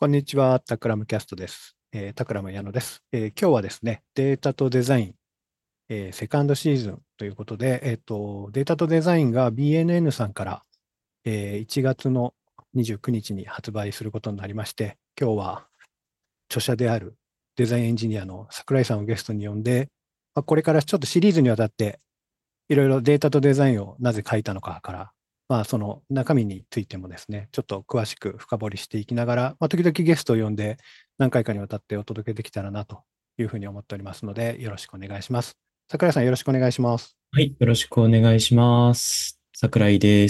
こんにちは、タクラムキャストです。タクラム矢野です。今日はですね、データとデザイン、セカンドシーズンということで、データとデザインが BNN さんから、1月の29日に発売することになりまして、今日は著者であるデザインエンジニアの桜井さんをゲストに呼んで、これからちょっとシリーズにわたっていろいろデータとデザインをなぜ書いたのかから、その中身についてもですね、ちょっと詳しく深掘りしていきながら、時々ゲストを呼んで何回かにわたってお届けできたらなというふうに思っておりますので、よろしくお願いします。桜井さん、よろしくお願いします。 はい、よろしくお願いします。桜井です。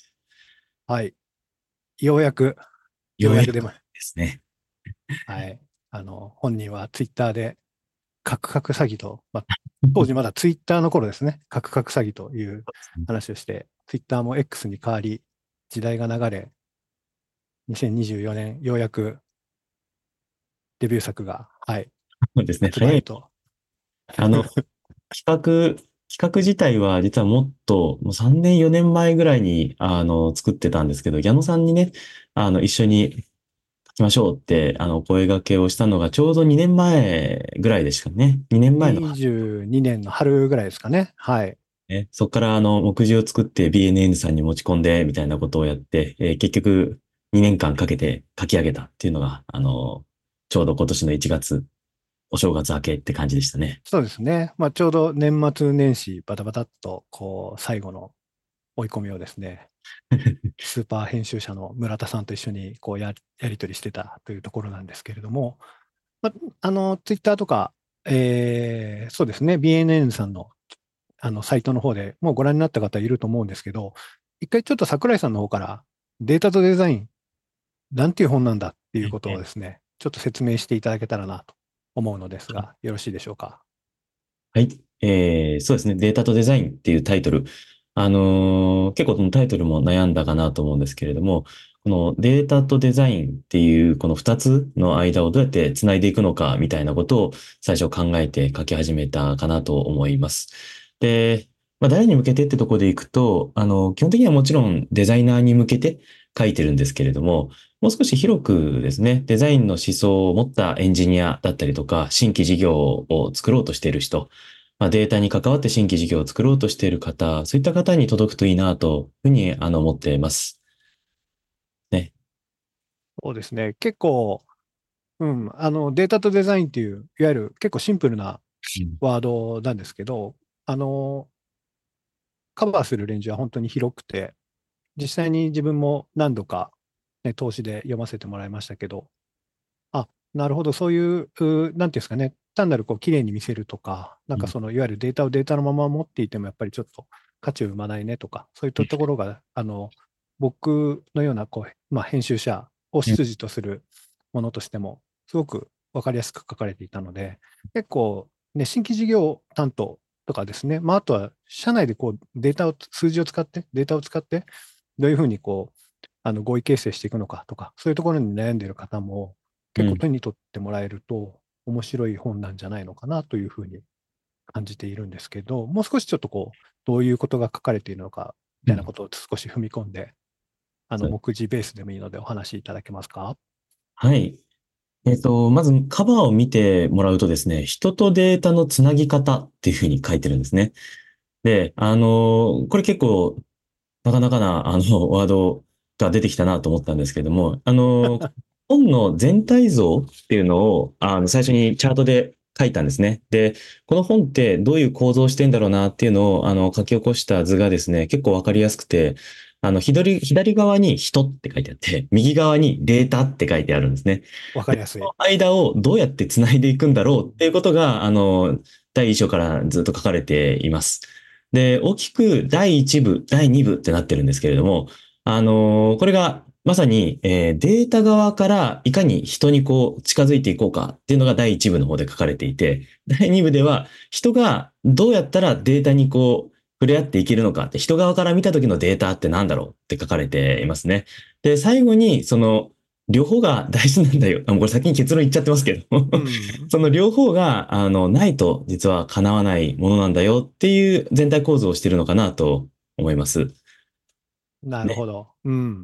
はい。ようやく、よようやくうやく出まですね。 はい。本人はツイッターで、カクカク詐欺と、当時まだツイッターの頃ですね、カクカク詐欺という話をして、ツイッターも X に変わり、時代が流れ、2024年、ようやくデビュー作が、 そうですね。早い。 発売と。 あの、企画、企画自体は実はもっと、もう3年、4年前ぐらいに、作ってたんですけど、矢野さんにね、一緒に書きましょうって、お声掛けをしたのがちょうど2年前ぐらいでしたね。2年前の春 22年の春ぐらいですかね。はい。 ね。そこから、目次を作って BNN さんに持ち込んで、みたいなことをやって、結局、2年間かけて書き上げたっていうのが、ちょうど今年の1月、お正月明けって感じでしたね。 そうですね。ちょうど年末年始、バタバタっと、最後の追い込みをですね、スーパー編集者の村田さんと一緒にやり取りしてたというところなんですけれども、ま、ツイッターとか、そうですね、BNN さんの、サイトの方でもうご覧になった方いると思うんですけど、一回ちょっと桜井さんの方からデータとデザイン、なんていう本なんだっていうことをですね、ちょっと説明していただけたらなと思うのですが、よろしいでしょうか。 はい。そうですね。データとデザインっていうタイトル。結構このタイトルも悩んだかなと思うんですけれども、このデータとデザインっていうこの二つの間をどうやって繋いでいくのかみたいなことを最初考えて書き始めたかなと思います。で、誰に向けてってところでいくと、基本的にはもちろんデザイナーに向けて書いてるんですけれども、もう少し広くですね、デザインの思想を持ったエンジニアだったりとか、新規事業を作ろうとしている人、データに関わって新規事業を作ろうとしている方、そういった方に届くといいなというふうに思っています。ね。 そうですね。結構、データとデザインっていう、いわゆる結構シンプルなうん。 ワードなんですけど、あの、カバーするレンジは本当に広くて、実際に自分も何度か、ね、投資で読ませてもらいましたけど、なるほど、そういう、なんていうんですかね、単なる綺麗に見せるとか、 うん。 いわゆるデータをデータのまま持っていても、やっぱりちょっと価値を生まないねとか、そういったところが、僕のような、編集者をうん。 筋とするものとしても、すごくわかりやすく書かれていたので、結構、ね、新規事業担当とかですね、あとは、社内で数字を使って、データを使って、どういうふうに合意形成していくのかとか、そういうところに悩んでいる方も、結構うん。 手に取ってもらえると面白い本なんじゃないのかなというふうに感じているんですけど、もう少しちょっとどういうことが書かれているのかみうん。 たいなことを少し踏み込んで、 そう。 目次ベースでもいいのでお話しいただけますか？ はい。まずカバーを見てもらうとですね、人とデータのつなぎ方っていうふうに書いてるんですね。で、これ結構なかなかな、ワードが出てきたなと思ったんですけども、本の全体像っていうのを、最初にチャートで書いたんですね。で、この本ってどういう構造をしてんだろうなっていうのを、書き起こした図がですね、結構わかりやすくて、左側に人って書いてあって、右側にデータって書いてあるんですね。 わかで、 りやすい。 この間をどうやって繋いでいくんだろうっていうことが、第一章からずっと書かれています。で、大きく第一部、第二部ってなってるんですけれども、これがまさに、データ側からいかに人に近づいていこうかっていうのが第一部の方で書かれていて、第二部では人がどうやったらデータに触れ合っていけるのかって、人側から見た時のデータって何だろうって書かれていますね。で、最後に両方が大事なんだよ。もうこれ先に結論言っちゃってますけど。 うん。 その両方が、ないと実は叶わないものなんだよっていう全体構造をしているのかなと思います。 なるね。 ほど。うん。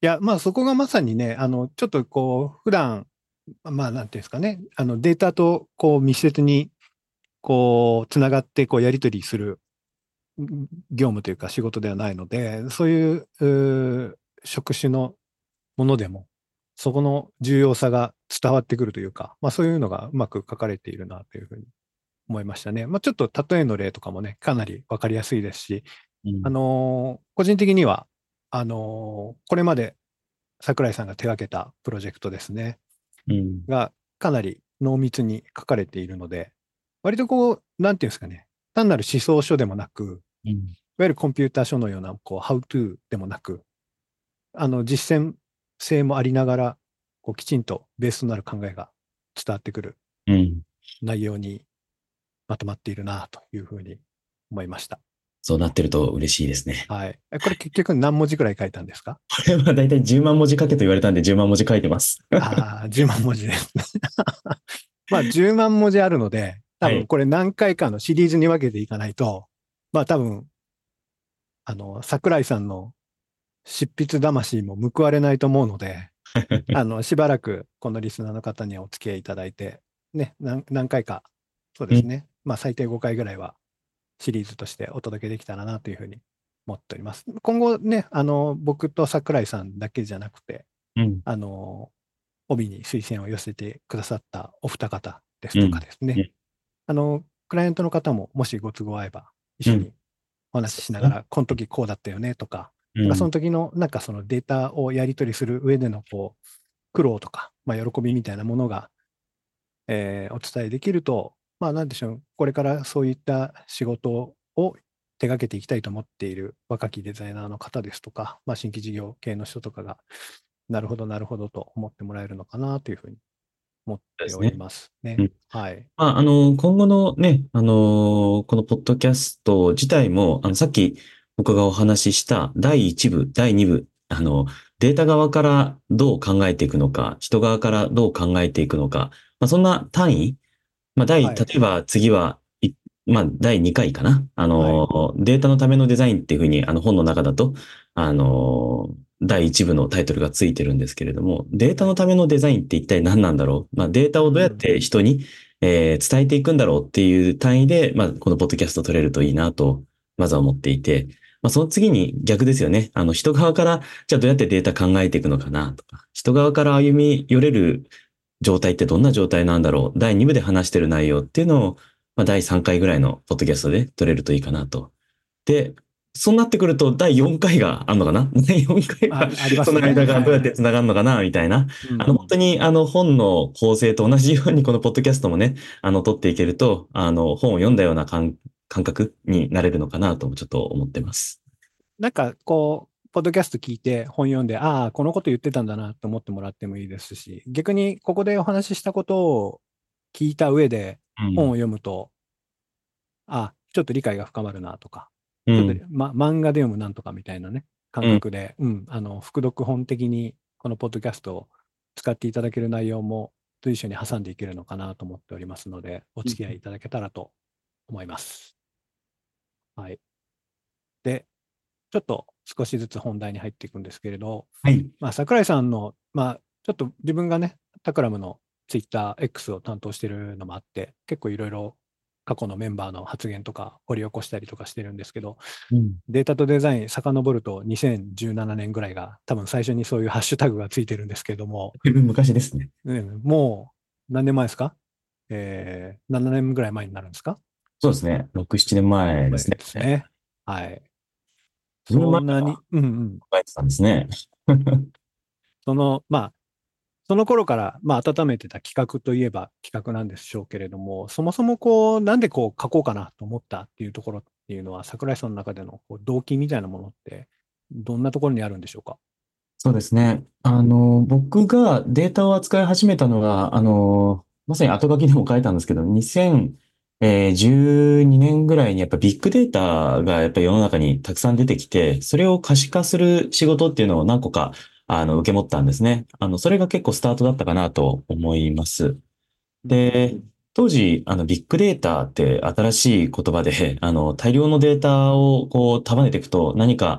いや、まあそこがまさにね、ちょっとこう、普段、まあなんていうんですかね、データとこう密接にこう、つながってこうやり取りする業務というか仕事ではないので、そういう、職種のものでも、そこの重要さが伝わってくるというか、まあそういうのがうまく書かれているなというふうに思いましたね。まあちょっと例えの例とかもね、かなりわかりやすいですし、 うん。 個人的には、これまで桜井さんが手掛けたプロジェクトですね、 うん。 がかなり濃密に書かれているので、割とこう、なんていうんですかね、単なる思想書でもなく、 うん。 いわゆるコンピューター書のような、こう、How to でもなく、実践性もありながら、こう、きちんとベースとなる考えが伝わってくるうん。 内容にまとまっているなというふうに思いました。 そうなってると嬉しいですね。 はい。これ結局何文字くらい書いたんですか？ これはだいたい10万文字書けと言われたんで10万文字書いてます。 ああー、10万文字ですね。まあ、10万文字あるので、多はい。 分これ何回かのシリーズに分けていかないと、まあ多分、桜井さんの執筆魂も報われないと思うので、しばらくこのリスナーの方にはお付き合いいただいて、ね、何回か、そううん。 ですね、まあ最低5回ぐらいはシリーズとしてお届けできたらなというふうに思っております。今後ね、僕と桜井さんだけじゃなくて、 うん。 あの、帯に推薦を寄せてくださったお二方ですとかうん。 ですね、クライアントの方ももしご都合合えば一うん。 緒にお話そうですね。 ししながら、この時こうだったよねとか、 うん。 なんかその時のなんかそのデータをやり取りする上でのこう苦労とか、まあ、喜びみたいなものが、お伝えできると、まあなんでしょう、これからそういった仕事を手掛けていきたいと思っている若きデザイナーの方ですとか、まあ、新規事業系の人とかが、なるほど、なるほどと思ってもらえるのかなというふうに思っておりそうですね。 ますね。 うん。 はい。 まあ、今後のね、このポッドキャスト自体も、さっき僕がお話しした第1部、第2部、データ側からどう考えていくのか、人側からどう考えていくのか、まあ、そんな単位、まあ、例はい。 えば次は、まあ、第2回かな。 はい。 データのためのデザインっていうふうに、本の中だと、あの、第1部のタイトルがついてるんですけれども、データはい。 のためのデザインって一体何なんだろう。まあ、データをどうやっうん。 て人に、伝えていくんだろうっていう単位で、まあ、このポッドキャスト取れるといいなと、まずは思っていて、まあ、その次に逆ですよね。人側から、じゃあどうやってデータ考えていくのかなとか、人側から歩み寄れる状態ってどんな状態なんだろう。第2部で話してる内容っていうのを、まあ、第3回ぐらいのポッドキャストで取れるといいかなと。で、そうなってくると第4回があるのかな。第4回が、 ありまそのすね。 間がどうやってはい。 繋がるのかなみたいな。本うん。 当に本の構成と同じようにこのポッドキャストもね、取っていけると、本を読んだような感覚になれるのかなともちょっと思ってます。 なんかこう、ポッドキャスト聞いて本読んで、ああ、このこと言ってたんだなと思ってもらってもいいですし、逆にここでお話ししたことを聞いた上で本をうん。 読むと、ああ、ちょっと理解が深まるなとか、ちょっと、 うん。 漫画で読むなんとかみたいなね、感うん。 覚で、副読本的にこのポッドキャストを使っていただける内容も随所に挟んでいけるのかなと思っておりますので、お付き合いいただけたらと思います。はい。で、ちょっと少しずつ本題に入っていくんですけれど、 はい。 まあ、桜井さんの、まあ、ちょっと自分がね、タクラムのツイッター X を担当しているのもあって、結構いろいろ過去のメンバーの発言とか掘り起こしたりとかしてるんですけど、 うん。 データとデザイン遡ると2017年ぐらいが多分最初にそういうハッシュタグがついてるんですけども、 だいぶ昔ですね。 もう何年前ですか？7年ぐらい前になるんですか？ そうですね。6、7年前で前すね。 ですね。はい。 自分前そんなに、うんうん。 考えてたんですね。 まあ、その頃から、まあ、温めてた企画といえば企画なんでしょうけれども、そもそもこう、なんでこう書こうかなと思ったっていうところっていうのは、桜井さんの中でのこう動機みたいなものって、どんなところにあるんでしょうか？ そうですね。僕がデータを扱い始めたのが、まさに後書きでも書いたんですけど、2012年ぐらいにやっぱビッグデータがやっぱり世の中にたくさん出てきて、それを可視化する仕事っていうのを何個か、受け持ったんですね。それが結構スタートだったかなと思います。 うん。 で、当時、ビッグデータって新しい言葉で、大量のデータをこう束ねていくと何か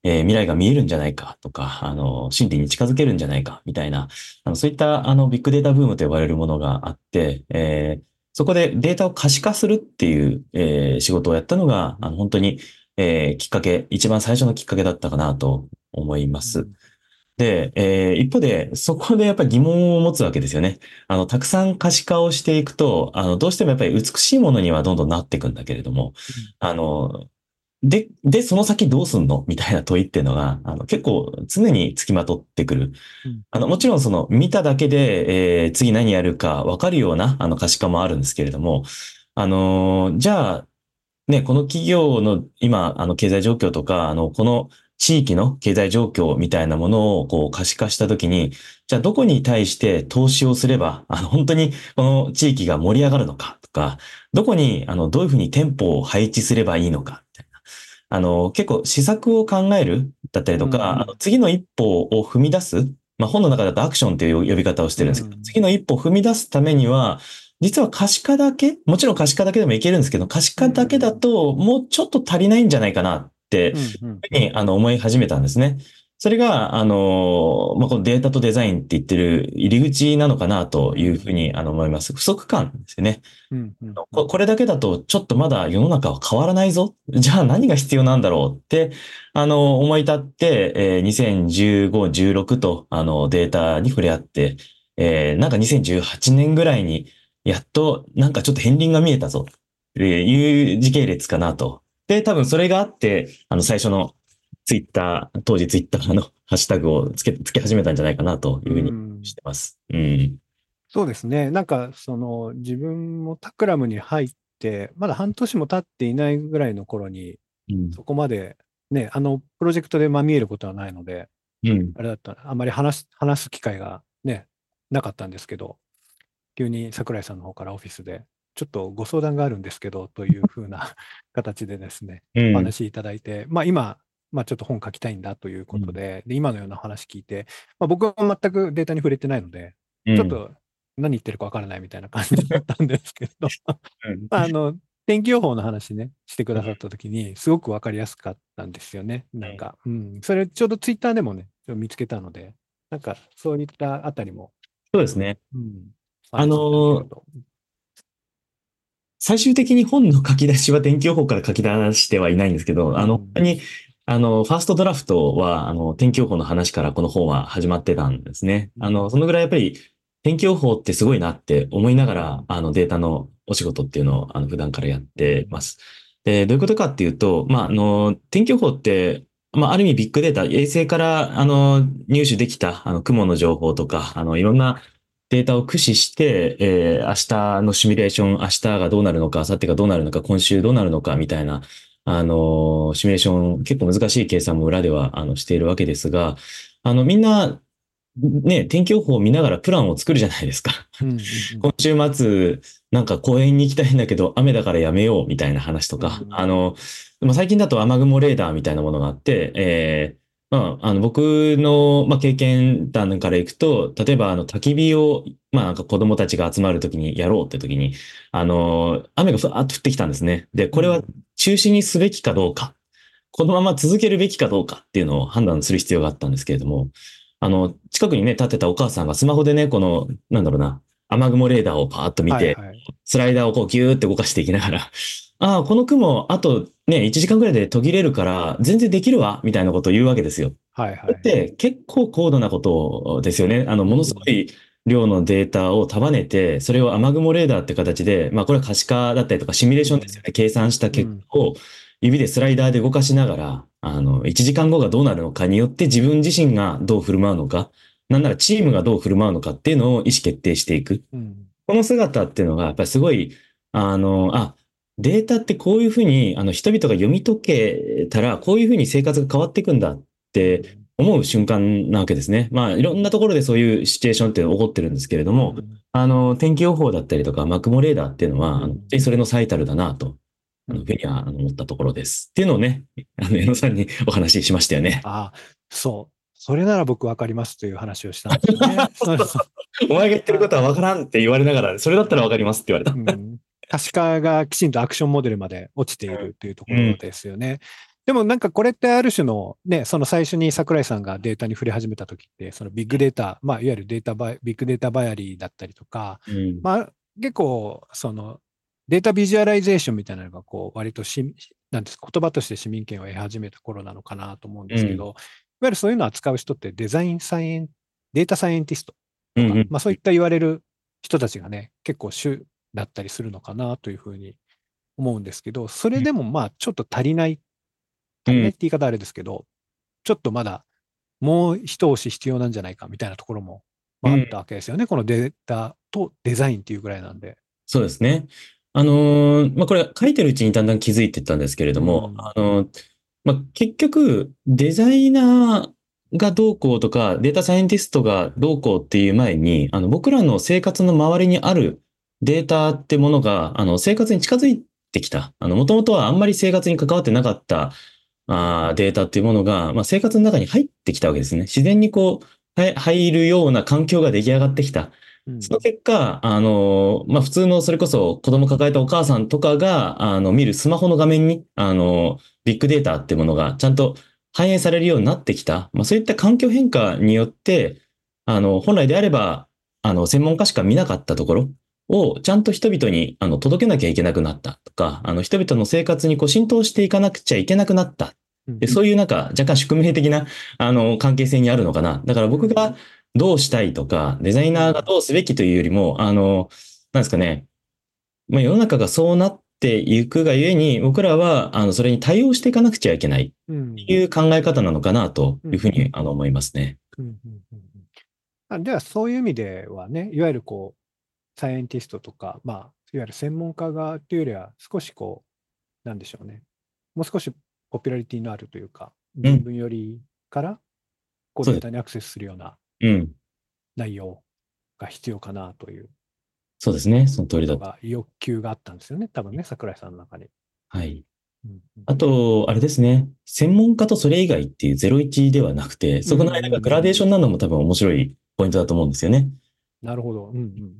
未来が見えるんじゃないかとか、真理に近づけるんじゃないかみたいな、そういった、ビッグデータブームと呼ばれるものがあって、そこでデータを可視化するっていう、仕事をやったのが、本当に、きっかけ、一番最初のきっかけだったかなと思います。 うん、 で、一方で、そこでやっぱり疑問を持つわけですよね。たくさん可視化をしていくと、どうしてもやっぱり美しいものにはどんどんなっていくんだけれども、 うん、 あの、その先どうすんのみたいな問いっていうのが、結構常につきまとってくる。 うん、 もちろんその見ただけで、次何やるかわかるような、可視化もあるんですけれども、じゃあ、ね、この企業の今、経済状況とか、この地域の経済状況みたいなものをこう可視化したときに、じゃあどこに対して投資をすれば、本当にこの地域が盛り上がるのかとか、どこに、どういうふうに店舗を配置すればいいのかみたいな。結構施策を考えるだったりうん、 とか、 うん、 次の一歩を踏み出す。まあ、本の中だとアクションという呼び方をしてうるんですけど、 ん、 次の一歩を踏み出すためには、実は可視化だけ、もちろん可視化だけでもいけるんですけど、可視化だけだともうちょっと足りないんじゃないかなってうん、うん、 ふうに思い始めたんですね。それが、まあ、このデータとデザインって言ってる入り口なのかなというふうに思います。不足感ですね。 うん、うん、 これだけだとちょっとまだ世の中は変わらないぞ。じゃあ何が必要なんだろうって、思い立って、2015、16と、データに触れ合って、なんか2018年ぐらいに、やっと、なんかちょっと片鱗が見えたぞ。いう時系列かなと。で、多分それがあって、最初のツイッター、当時ツイッターのハッシュタグをつけ始めたんじゃないかなといううふうにん。 してます。うん。 そうですね。なんか、自分もタクラムに入って、まだ半年も経っていないぐらいの頃に、 うん。 そこまで、ね、プロジェクトで見えることはないので、 うん。 あれだった、あまり話す機会がね、なかったんですけど、急に桜井さんの方からオフィスで、ちょっとご相談があるんですけど、というふうな形でですね、 うん。 お話いただいて、まあ今、まあちょっと本書きたいんだといううん。 ことで、今のような話聞いて、まあ僕は全くデータに触れてないので、 うん。 ちょっと何言ってるかわからないみたいな感じだったんですけど、 うん。 まあ天気予報の話ね、してくださったときに、すごくわかりやすかったんですよね。なんか、うん。それちょうどツイッターでもね、ちょっと見つけたので、なんかそういったあたりも、ちょっと、 そうですね。 うん、おあ話しいただけるの、 と。 最終的に本の書き出しは天気予報から書き出してはいないんですけど、本当うん。 に、ファーストドラフトは、天気予報の話からこの本は始まってたんですね。 うん。 そのぐらいやっぱり、天気予報ってすごいなって思いながら、データのお仕事っていうのを、普段からやっうん。 てます。で、どういうことかっていうと、まあ、天気予報って、まあ、ある意味ビッグデータ、衛星から、入手できた、雲の情報とか、いろんなデータを駆使して、明日のシミュレーション、明日がどうなるのか、明後日がどうなるのか、今週どうなるのか、みたいな、シミュレーション、結構難しい計算も裏では、しているわけですが、みんな、ね、天気予報を見ながらプランを作るじゃないですか。 うん。うん。 今週末、なんか公園に行きたいんだけど、雨だからやめよう、みたいな話とか、 うん。 まあ最近だと雨雲レーダーみたいなものがあって、まあ、僕の、まあ、経験談からいくと、例えば、焚き火を、まあ、なんか子供たちが集まるときにやろうってときに、雨がふわーっと降ってきたんですね。で、これはうん。 中止にすべきかどうか、このまま続けるべきかどうかっていうのを判断する必要があったんですけれども、近くにね、立ってたお母さんがスマホでね、この、なんだろうな、雨雲レーダーをパーッと見て、 はいはい。 スライダーをこうギューって動かしていきながら、ああ、この雲、あとね、1時間くらいで途切れるから、全然できるわ、みたいなことを言うわけですよ。 はいはい。 これって結構高度なことですよね。ものすごうん。 い量のデータを束ねて、それを雨雲レーダーって形で、まあこれは可視化だったりとかシミュレーうん。 ションですよね。計算したうん。 結果を指でスライダーで動かしながら、1時間後がどうなるのかによって自分自身がどう振る舞うのか、なんならチームがどう振る舞うのかっていうのを意思決定していく。 うん。 この姿っていうのが、やっぱりすごい、データってこういうふうに、人々が読み解けたら、こういうふうに生活が変わっていくんだってうん。 思う瞬間なわけですね。まあ、いろんなところでそういうシチュエーションって起こってるんですけれども、 うん。 天気予報だったりとか、マクモレーダーっていうのは、本うん。 当にそれの最たるだなと、 うん。 ふうには思ったところです。っていうのをね、矢野さんにお話ししましたよね。 ああ、そう。それなら僕わかりますという話をしたんですよね。そうそう。 お前が言ってるこあ、 とはわからんって言われながら、それだったらわかりますって言われた。 うん。可視化がきちんとアクションモデルまで落ちているというところうん。 ですよね。 でもなんかこれってある種のね、その最初に桜井さんがデータに触れ始めた時って、そのビッグデータ、まあいわゆるビッグデータバイアリーだったりとか、 うん。 まあ結構そのデータビジュアライゼーションみたいなのがこう割となんですか、言葉として市民権を得始めた頃なのかなと思うんでうん。 すけど、いわゆるそういうのを扱う人ってデータサイエンティストとか、 うん。 まあそういった言われる人たちがね、結構主だったりするのかなというふうに思うんですけど、それでもまあちょっとうん。 足りないって言い方あれですけど、ちょっとまだもう一押し必要なんじゃないかみたいなところも、まあ、あっうん。 たわけですよね。このデータとデザインっていうぐらいなんで。 そうですね。まあ、これ書いてるうちにだんだん気づいていったんですけれども、 うん。 まあ、結局、デザイナーがどうこうとか、データサイエンティストがどうこうっていう前に、僕らの生活の周りにあるデータってものが、生活に近づいてきた。もともとはあんまり生活に関わってなかった、データっていうものが、まあ、生活の中に入ってきたわけですね。自然にこう、入るような環境が出来上がってきた。 うん。 その結果、まあ、普通のそれこそ子供抱えたお母さんとかが、見るスマホの画面に、ビッグデータっていうものがちゃんと反映されるようになってきた。まあ、そういった環境変化によって、本来であれば、専門家しか見なかったところを、ちゃんと人々に、届けなきゃいけなくなったとか、人々の生活にこう浸透していかなくちゃいけなくなった。で、 うん。 そういうなんか若干宿命的な、関係性にあるのかな。だからうん。 僕がどうしたいとか、デザイナーがうん。 どうすべきというよりも、なんですかね、まあ、世の中がそうなっていくがゆえに、僕らは、それに対応していかなくちゃいけないってうん。 いう考え方なのかなとうん。 いうふうに、思いますね。 うん。では、そういう意味ではね、いわゆるこう、サイエンティストとか、まあ、いわゆる専門家がっていうよりは、少しこう、なんでしょうね。もう少しポピュラリティのあるというか、 うん。 人文よりからこうそうです。 データにアクセスするようなうん。 内容が必要かなというそうですね。その通りだと。 ことが、欲求があったんですよね。多分ね、桜井さんの中に。 はい。 うんうんあと、あれですね。専門家とそれ以外っていう01ではなくて、 うん。うんそこの間がグラデーションなのも多分面白いポイントだと思うんですよね。 なるほど。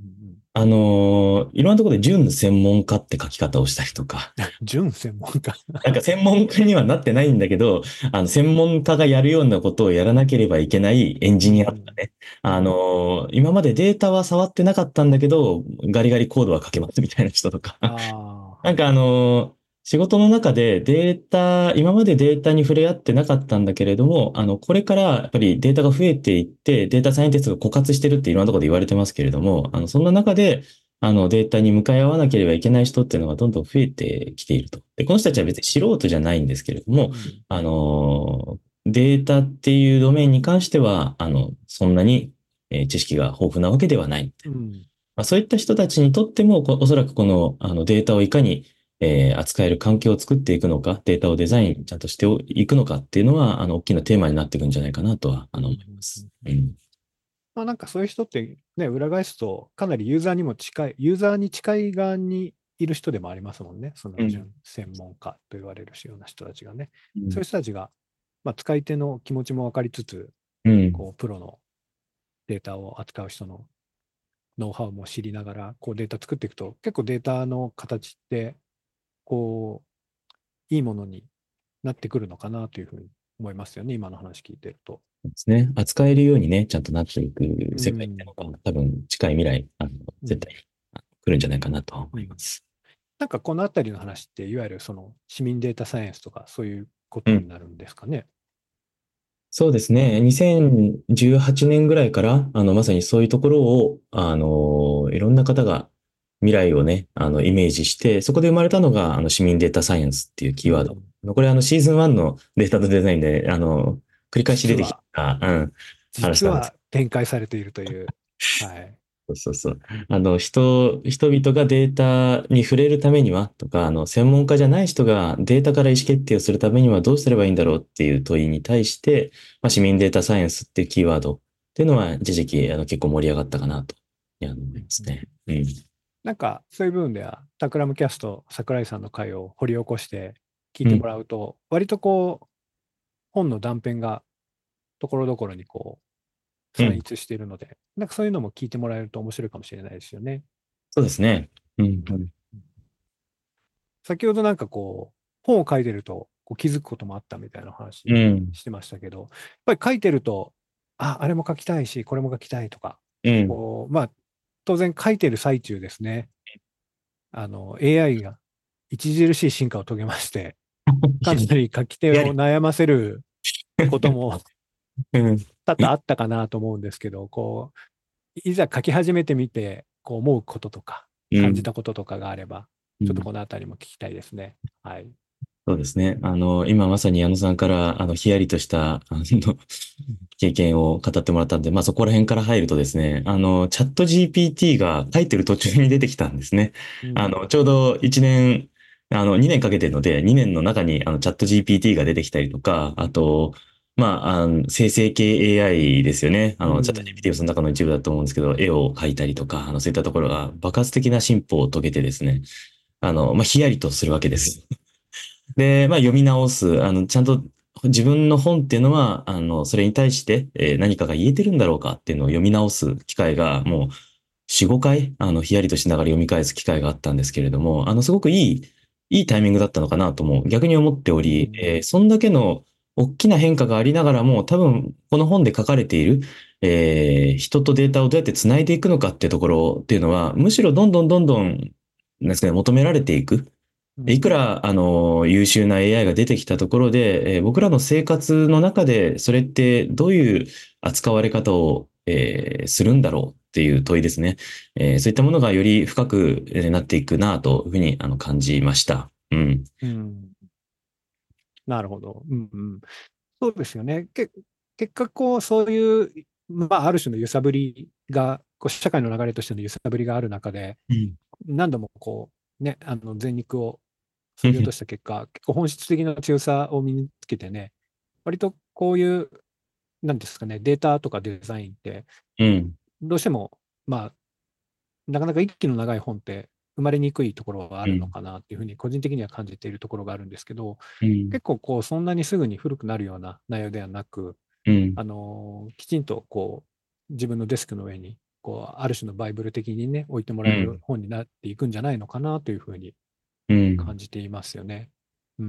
いろんなところで準専門家って書き方をしたりとか、 純専門家。 なんか専門家にはなってないんだけど、専門家がやるようなことをやらなければいけないエンジニアとかね。今までデータは触ってなかったんだけど、ガリガリコードは書けますみたいな人とか。 ああ、 なんか仕事の中で今までデータに触れ合ってなかったんだけれども、これからやっぱりデータが増えていって、データサイエンティストが枯渇してるっていろんなところで言われてますけれども、そんな中で、データに向かい合わなければいけない人っていうのがどんどん増えてきていると。で、この人たちは別に素人じゃないんですけれども、 うん、 データっていうドメインに関しては、そんなに知識が豊富なわけではない。 うん、 まあ、そういった人たちにとっても、おそらくこの、データをいかに、扱える環境を作っていくのか、データをデザインちゃんとしていくのかっていうのは、大きなテーマになっていくんじゃないかなとは、 うん、 思います。うん。 まあなんかそういう人ってね、裏返すとかなりユーザーに近い側にいる人でもありますもんね。そのうん。 純専門家と言われるような人たちがね。 うん。 そういう人たちが、まあ使い手の気持ちも分かりつつ、 うん。 こう、プロのデータを扱う人のノウハウも知りながら、こうデータ作っていくと、結構データの形って、こう、いいものになってくるのかなというふうに思いますよね、今の話聞いてると。 そうですね。扱えるようにね、ちゃんとなっていくう世界っていうん、 のが、多分近い未来、 うん、 絶対来るんじゃないかなとうん。 思います。 なんかこのあたりの話って、いわゆるその市民データサイエンスとか、そういうこうん。 とになるんですかね。 そうですね。2018年ぐらいから、まさにそういうところを、いろんな方が未来をね、イメージして、そこで生まれたのが、市民データサイエンスっていうキーワード。 うん、 これ、シーズン1のデータとデザインで、繰り返し出てき実は、 た、話なんです。 実は展開されているという。はい。 そうそうそう。人々がデータに触れるためにはとか、専門家じゃない人がデータから意思決定をするためにはどうすればいいんだろうっていう問いに対して、まあ、市民データサイエンスっていうキーワードっていうのは一時期結構盛り上がったかなと、思いますね。うん。 なんか、そういう部分では、タクラムキャスト、桜井さんの回を掘り起こして聞いうん。 てもらうと、割とこう、本の断片がところどころにこう、 うん。 散逸しているので、なんかそういうのも聞いてもらえると面白いかもしれないですよね。 そうですね。うん。 先ほどなんかこう、本を書いてると、 こう気づくこともあったみたいな話うん。 してましたけど、やっぱり書いてると、あれも書きたいし、これも書きたいとか、 うん。 こう、当然書いてる最中ですね、AI が著しい進化を遂げまして、かなり書き手やはり。 を悩ませることもうん。 多々あったかなと思うんですけど、こう、いざ書き始めてみて、こう思うこととか、感じうん。 たこととかがあれば、ちょっとうん。 このあたりも聞きたいですね。はい。 そうですね。今まさに矢野さんから、ヒヤリとした、経験を語ってもらったんで、まあそこら辺から入るとですね、チャット GPT が書いてる途中に出てきたんですね。 うん。 ちょうど1年、2年かけてるので、2年の中に、チャット GPT が出てきたりとか、あと、まあ、生成系 AI ですよね。 うチャットん。 GPT はその中の一部だと思うんですけど、絵を描いたりとか、そういったところが爆発的な進歩を遂げてですね、まあ、ヒヤリとするわけです。で、まあ、読み直す、ちゃんと自分の本っていうのは、それに対して、何かが言えてるんだろうかっていうのを読み直す機会が、もう、4、5回、ヒヤリとしながら読み返す機会があったんですけれども、すごくいいタイミングだったのかなとも逆に思っており、 うん。 そんだけの大きな変化がありながらも、多分、この本で書かれている、人とデータをどうやって繋いでいくのかっていうところっていうのは、むしろどんどんどんどん、なんですかね、求められていく。 うん。 いくら、優秀な AI が出てきたところで、僕らの生活の中で、それってどういう扱われ方を、するんだろうっていう問いですね。そういったものがより深くなっていくなというふうに感じました。うん。 うん。なるほど。うんうん。そうですよね。結果、こう、そういう、ある種の揺さぶりが、こう社会の流れとしての揺さぶりがある中で、 うん。 何度もこう、ね、全肉を削ぎ落とした結果、結構本質的な強さを身につけてね、割とこういう、なんですかね、データとかデザインって、 うん。 どうしても、まあ、なかなか息の長い本って生まれにくいところはあうん。 るのかなっていうふうに個人的には感じているところがあるんですけど、 うん。 結構こう、そんなにすぐに古くなるような内容ではなく、 うん。 きちんとこう、自分のデスクの上に、こう、ある種のバイブル的にね、置いてもらえるうん。 本になっていくんじゃないのかなというふうにうん。 感じていますよね。うん。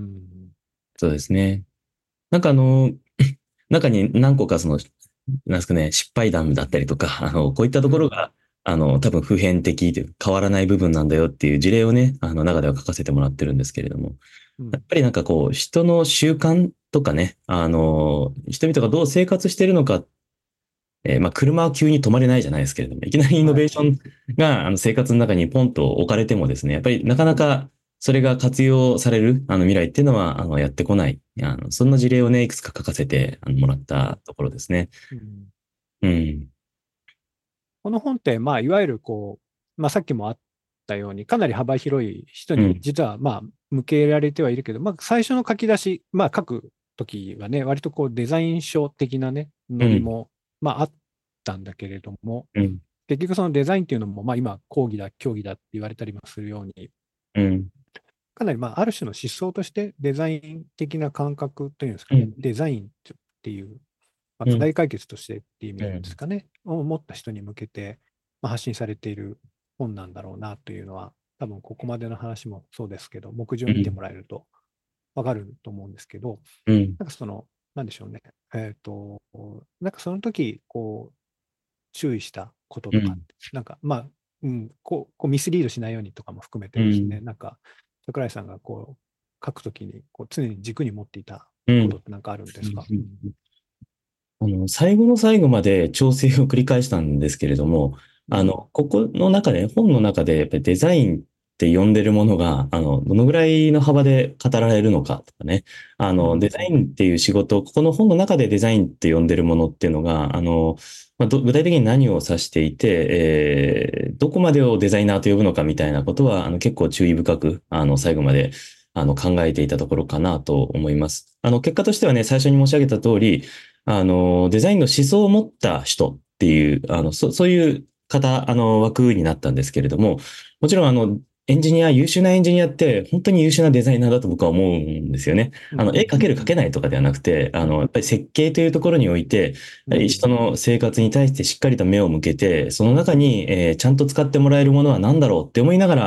そうですね。なんか中に何個かなんですかね、失敗談だったりとか、こういったとうん。 ころが、多分普遍的で変わらない部分なんだよっていう事例をね、中では書かせてもらってるんですけれども、 うん。 やっぱりなんかこう、人の習慣とかね、人々がどう生活しているのか、まあ、車は急に止まれないじゃないですけれども、いきなりイノはい。 ベーションが、生活の中にポンと置かれてもですね、やっぱりなかなかそれが活用される、未来っていうのは、やってこない。そんな事例をね、いくつか書かせて、もらったところですね。 うん。 うん。 この本って、いわゆるこう、さっきもあったように、かなり幅広い人に、 うん。 実は向けられてはいるけど、最初の書き出し、書くときはね、割とこうデザイン書的なね、 うん。 ノリも、あったんだけれども、 うん。 結局そのデザインっていうのも、今、講義だ、競技だって言われたりもするように、 うん。 かなりある種の思想としてデザイン的な感覚というんですかね、 うん。 デザインっていう、 うん。 課題解決としてっていう意味ですうん。 かね、を持った人に向けて、発信されている本なんだろうなというのは、多分ここまでの話もそうですけど、目次を見てもらえるとわかると思うんですけど、 うん。 なんかなんでしょうね。なんかその時、こう、注意したこととかって、なんか、こうミスリードしないようにとかも含めてですね、 うん。 なんか、桜井さんがこう、書くときに、こう、常に軸に持っていたうん。 ことってなんかあるんですか？ うん。最後の最後まで調整を繰り返したんですけれども、 うん。 ここの中で、本の中で、やっぱりデザインって呼んでるものが、どのぐらいの幅で語られるのかとかね、 うん。 デザうん。 インっていう仕事、ここの本の中でデザインって呼んでるものっていうのが、まあ、具体的に何を指していて、どこまでをデザイナーと呼ぶのかみたいなことは、結構注意深く、最後まで、考えていたところかなと思います。結果としてはね、最初に申し上げた通り、デザインの思想を持った人っていう、そういう枠になったんですけれども、もちろん、優秀なエンジニアって本当に優秀なデザイナーだと僕は思うんですよね。 うん。 絵描ける描けないとかではなくて、 うん。 やっぱり設計というところにおいて、 うん。 人の生活に対してしっかりと目を向けて、その中に、ちゃんと使ってもらえるものは何だろうって思いながら、 うん。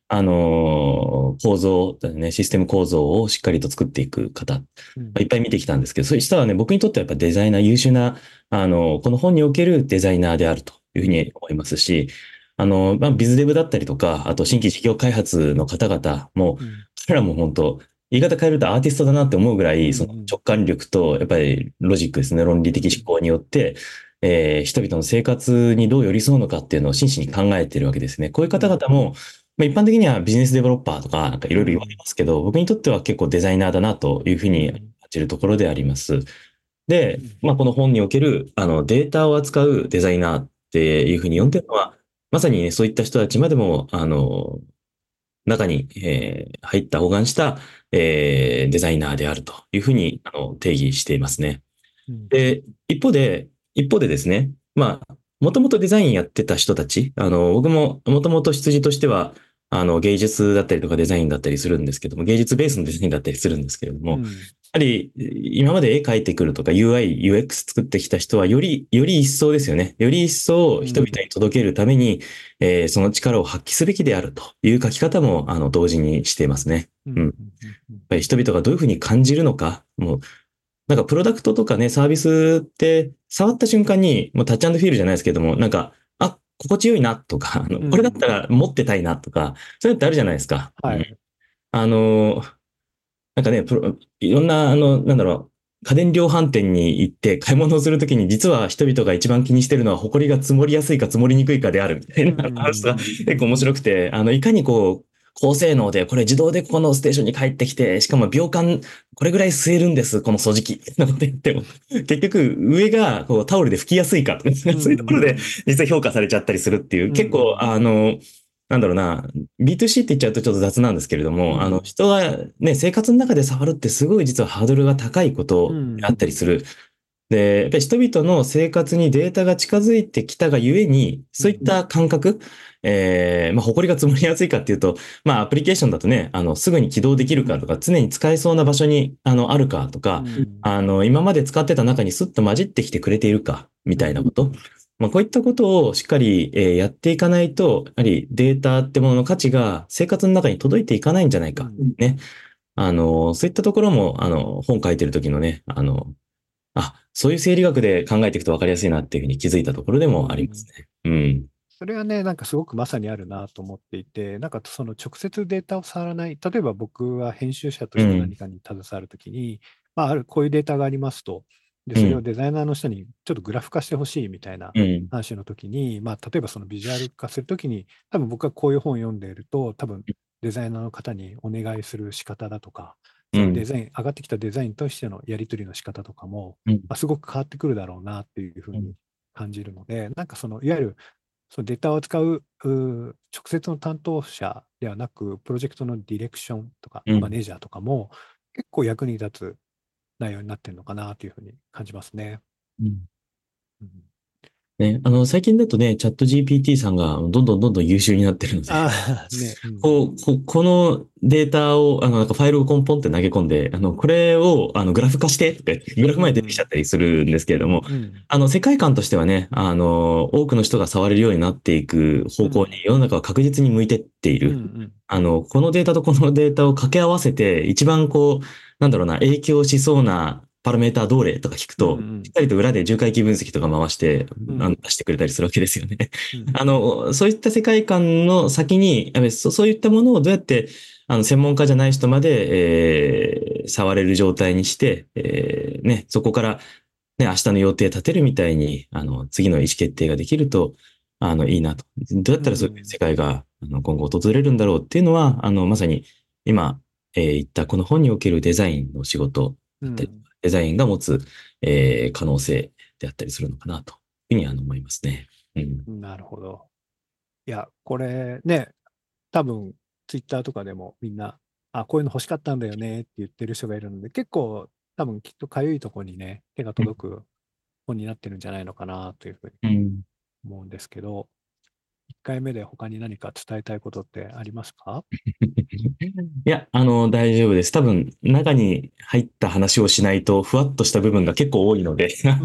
構造だね、システム構造をしっかりと作っていく方、 うん。 いっぱい見てきたんですけど、そういう人はね、僕にとってはやっぱデザイナー、優秀な、この本におけるデザイナーであるというふうに思いますし、ビズデブだったりとか、あと新規事業開発の方々も、 うん。 彼らも本当、言い方変えるとアーティストだなって思うぐらい、そのうん。 直感力と、やっぱりロジックですね、論理的思考によって、人々の生活にどう寄り添うのかっていうのを真摯に考えているわけですね。こういううん。 方々も、一般的にはビジネスデベロッパーとか、なんかいろいろ言われうん。 ますけど、僕にとっては結構デザイナーだなというふうに感うん。 じるところであります。で、 うん。 この本における、データを扱うデザイナーっていうふうにうん。 呼んでるのは、まさにね、そういった人たちまでも、中に、入った、包含した、デザイナーであるというふうに、定義していますね。 うん。 で、一方でですね、もともとデザインやってた人たち、僕ももともと出自としては、芸術だったりとかデザインだったりするんですけども、芸術ベースのデザインだったりするんですけれども、やうん。 はり、今まで絵描いてくるとか UI、UX 作ってきた人は、より一層ですよね。より一層人々に届けるために、その力を発揮すべきであるという書き方も、同時にしていますね。 うん。 うん。やっうん。うん。 ぱり人々がどういうふうに感じるのか、もうなんかプロダクトとかね、サービスって触った瞬間に、もうタッチアンドフィールじゃないですけども、なんか、あ、心地よいなとか、これだったうん。 ら持ってたいなとか、そういうのってあるじゃないですか。うん。 はい。 あの、なんかね、いろんな、なんだろう、家電量販店に行って買い物をするときに、実は人々が一番気にしてるのは、埃が積もりやすいか積もりにくいかであるみたういな話がん。 結構面白くて、いかにこう、高性能で、これ自動でここのステーションに帰ってきて、しかも秒間これぐらい吸えるんです、この掃除機。なんて言っても、結局上がこうタオルで拭きやすいかとか、そうういうところでん。 実は評価されちゃったりするっていう、 う結構ん。 なんだろうな、B2C って言っちゃうとちょっと雑なんですけれども、 うん。 人がね、生活の中で触るってすごい実はハードルが高いこうとであったりん。 する。で、やっぱり人々の生活にデータが近づいてきたがゆえに、 うん。 そういった感覚、埃が積もりやすいかっていうと、アプリケーションだとね、すぐに起動できるかとか、常に使えそうな場所に、あるかとうか、 ん。 今まで使ってた中にスッと混じってきてくれているか、みうん。 たいなこと。こういったことをしっかり、やっていかないと、やはりデータってものの価値が生活の中に届いていかないんじゃないか。 うん。 ね。そういったところも、本書いてる時のね、そういう生理学で考えていくと分かりやすいなっていうふうに気づいたところでうもありますん。 ね。うん。 それはね、なんかすごくまさにあるなと思っていて、なんかその直接データを触らない、例えば僕は編集者としてうん。 何かに携わるときに、あるこういうデータがありますと、で、それをうん。 デザイナーの人にちょっとグラフ化してほしいみたいなうん。 話のときに、例えばそのビジュアル化するときに、多分僕がこういう本を読んでいると、多分デザイナーの方にお願いする仕方だとか、そのデうん。 ザイン、上がってきたデザインとしてのやり取りの仕方とかも、 うん。 すごく変わってくるだろうなっていうふうに感じるので、なんかそのいわゆるそのデータを扱直接の担当者ではなく、プロジェクトのディレクションとか、 うん。 マネージャーとかも、結構役に立つ内容になってるのかなというふうに感じますね。 うん。 うん、 ね、最近だとね、チャット GPT さんがどんどん優秀になってるので、 ああ、ね、うん。 このデータを、なんかファイルをポンポンって投げ込んで、これを、グラフ化してって、グラフまで出てきちゃうん、 ったりするんですけれども、 うん、 世界観としてはね、多くの人が触れるようになっていく方向にうん、 世の中は確実に向いてっていうん、うる。 ん、 このデータとこのデータを掛け合わせて、一番こう、なんだろうな、影響しそうなパラメータどれとか聞くうん、うと、しっん、 かりと裏で重回帰分析とか回して、 うん、 出してくれたりするわけですよね。 うん、 そういった世界観の先に、やっぱりそういったものをどうやって、専門家じゃない人まで、触れる状態にして、ね、そこから、ね、明日の予定立てるみたいに、次の意思決定ができると、いいなと。どうやったらそういううん、 世界が、今後訪れるんだろうっていうのは、まさに、今、言ったこの本におけるデザインの仕事だったり、 うん。 デザインが持つ、可能性であったりするのかなというふうに思いますね。うん。 なるほど。いや、これね、多分、ツイッターとかでもみんな、こういうの欲しかったんだよねって言ってる人がいるので、結構、多分きっとかゆいところにね、手がうん。 届く本になってるんじゃないのかなというふうにうん。 思うんですけど、1回目で他に何か伝えたいことってありますか？ いや、大丈夫です。多分、中に入った話をしないと、ふわっとした部分が結構多いので、 うん。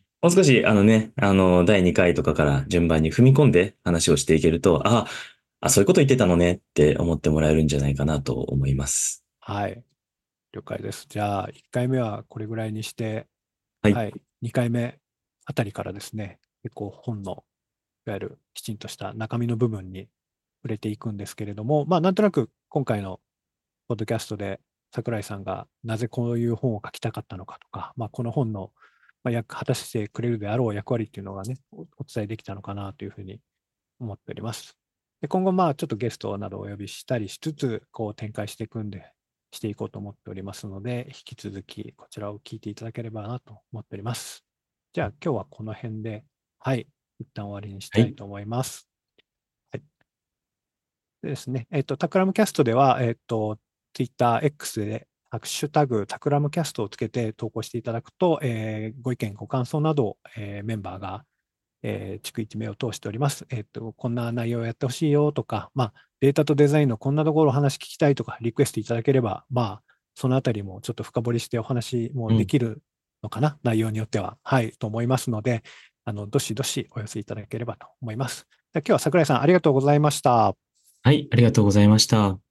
もう少し、第2回とかから順番に踏み込んで話をしていけると、 あ、そういうこと言ってたのねって思ってもらえるんじゃないかなと思います。 はい。了解です。じゃあ、1回目はこれぐらいにして、 はい。 はい。2回目あたりからですね、結構本の、いわゆるきちんとした中身の部分に触れていくんですけれども、まあ、なんとなく今回のポッドキャストで桜井さんがなぜこういう本を書きたかったのかとか、まあ、この本の果たしてくれるであろう役割っていうのがね、お伝えできたのかなというふうに思っております。で、今後、ちょっとゲストなどをお呼びしたりしつつ、こう展開していくんで、していこうと思っておりますので、引き続きこちらを聞いていただければなと思っております。じゃあ、今日はこの辺で、はい、一旦終わりにしはい。 たいと思います。はい。でですね、タクラムキャストでは、Twitter、X で、ハッシュタグ、タクラムキャストをつけて投稿していただくと、ご意見、ご感想などを、メンバーが逐一目を通しております。こんな内容をやってほしいよとか、データとデザインのこんなところお話聞きたいとか、リクエストいただければ、そのあたりもちょっと深掘りしてお話もうん。 できるのかな、内容によっては。はい、と思いますので、どしどしお寄せいただければと思います。で今日は桜井さん、ありがとうございました。 はい。ありがとうございました。